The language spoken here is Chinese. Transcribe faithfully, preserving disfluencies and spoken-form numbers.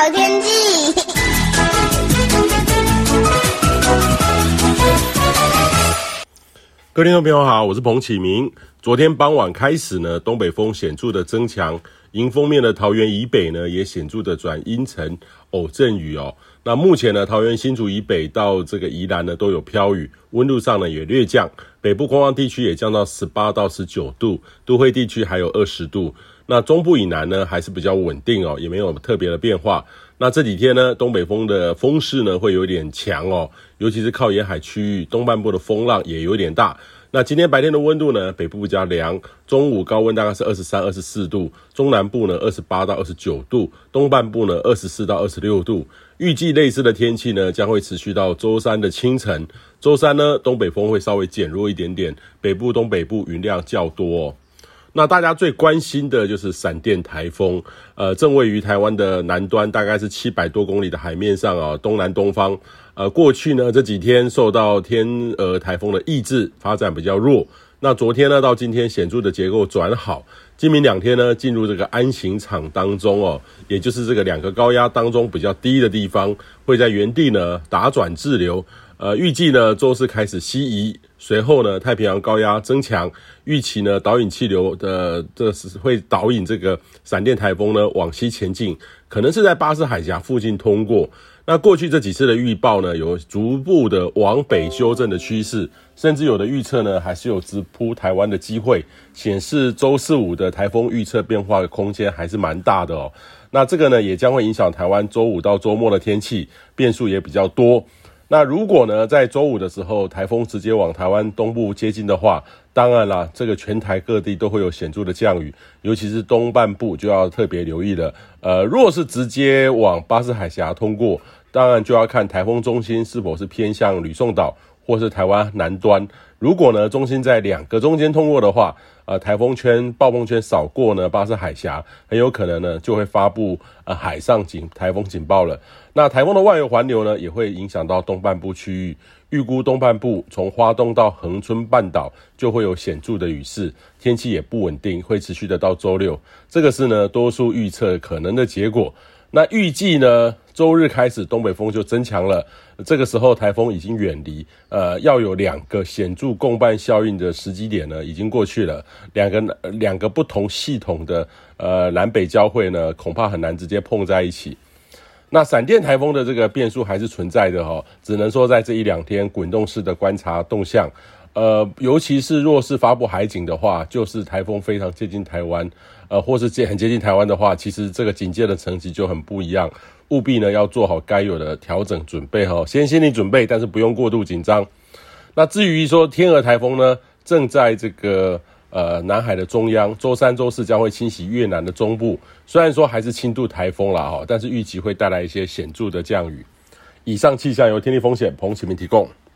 天气。 各位听众朋友好，我是彭启明。昨天傍晚开始呢，东北风显著的增强，迎风面的桃园以北呢，也显著的转阴沉偶阵雨哦。那目前呢，桃园新竹以北到这个宜兰呢都有飘雨，温度上呢也略降，北部空旷地区也降到十八到十九度，都会地区还有二十度。那中部以南呢还是比较稳定哦，也没有特别的变化。那这几天呢，东北风的风势呢会有点强哦，尤其是靠沿海区域，东半部的风浪也有点大。那今天白天的温度呢，北部比较凉，中午高温大概是二十三、二十四度，中南部呢二十八到二十九度，东半部呢二十四到二十六度。预计类似的天气呢将会持续到周三的清晨。周三呢，东北风会稍微减弱一点点，北部、东北部云量较多哦。那大家最关心的就是闪电台风，呃，正位于台湾的南端，大概是七百多公里的海面上啊，东南东方。呃，过去呢这几天受到天鹅台风的抑制，发展比较弱。那昨天呢到今天显著的结构转好，今明两天呢进入这个安行场当中哦，也就是这个两个高压当中比较低的地方，会在原地呢打转滞留。呃，预计呢周四开始西移，随后呢太平洋高压增强，预期呢导引气流的这是会导引这个闪电台风呢往西前进，可能是在巴士海峡附近通过。那过去这几次的预报呢，有逐步的往北修正的趋势，甚至有的预测呢还是有直扑台湾的机会，显示周四五的台风预测变化的空间还是蛮大的哦。那这个呢也将会影响台湾周五到周末的天气，变数也比较多。那如果呢在周五的时候台风直接往台湾东部接近的话，当然啦，这个全台各地都会有显著的降雨，尤其是东半部就要特别留意了。呃，若是直接往巴士海峡通过，当然就要看台风中心是否是偏向吕宋岛或是台湾南端。如果呢中心在两个中间通过的话，呃台风圈暴风圈扫过呢巴士海峡，很有可能呢就会发布呃海上警台风警报了。那台风的外围环流呢也会影响到东半部区域，预估东半部从花东到恒春半岛就会有显著的雨势，天气也不稳定，会持续的到周六。这个是呢多数预测可能的结果。那预计呢周日开始东北风就增强了，这个时候台风已经远离，呃，要有两个显著共伴效应的时机点呢已经过去了，两个两个不同系统的呃南北交汇呢恐怕很难直接碰在一起。那闪电台风的这个变数还是存在的哦，只能说在这一两天滚动式的观察动向。呃，尤其是若是发布海警的话，就是台风非常接近台湾，呃，或是很接近台湾的话，其实这个警戒的层级就很不一样，务必呢要做好该有的调整准备哈，先心理准备，但是不用过度紧张。那至于说天鹅台风呢，正在这个呃南海的中央，周三、周四将会侵袭越南的中部，虽然说还是轻度台风啦哈，但是预期会带来一些显著的降雨。以上气象由天气风险彭启明提供。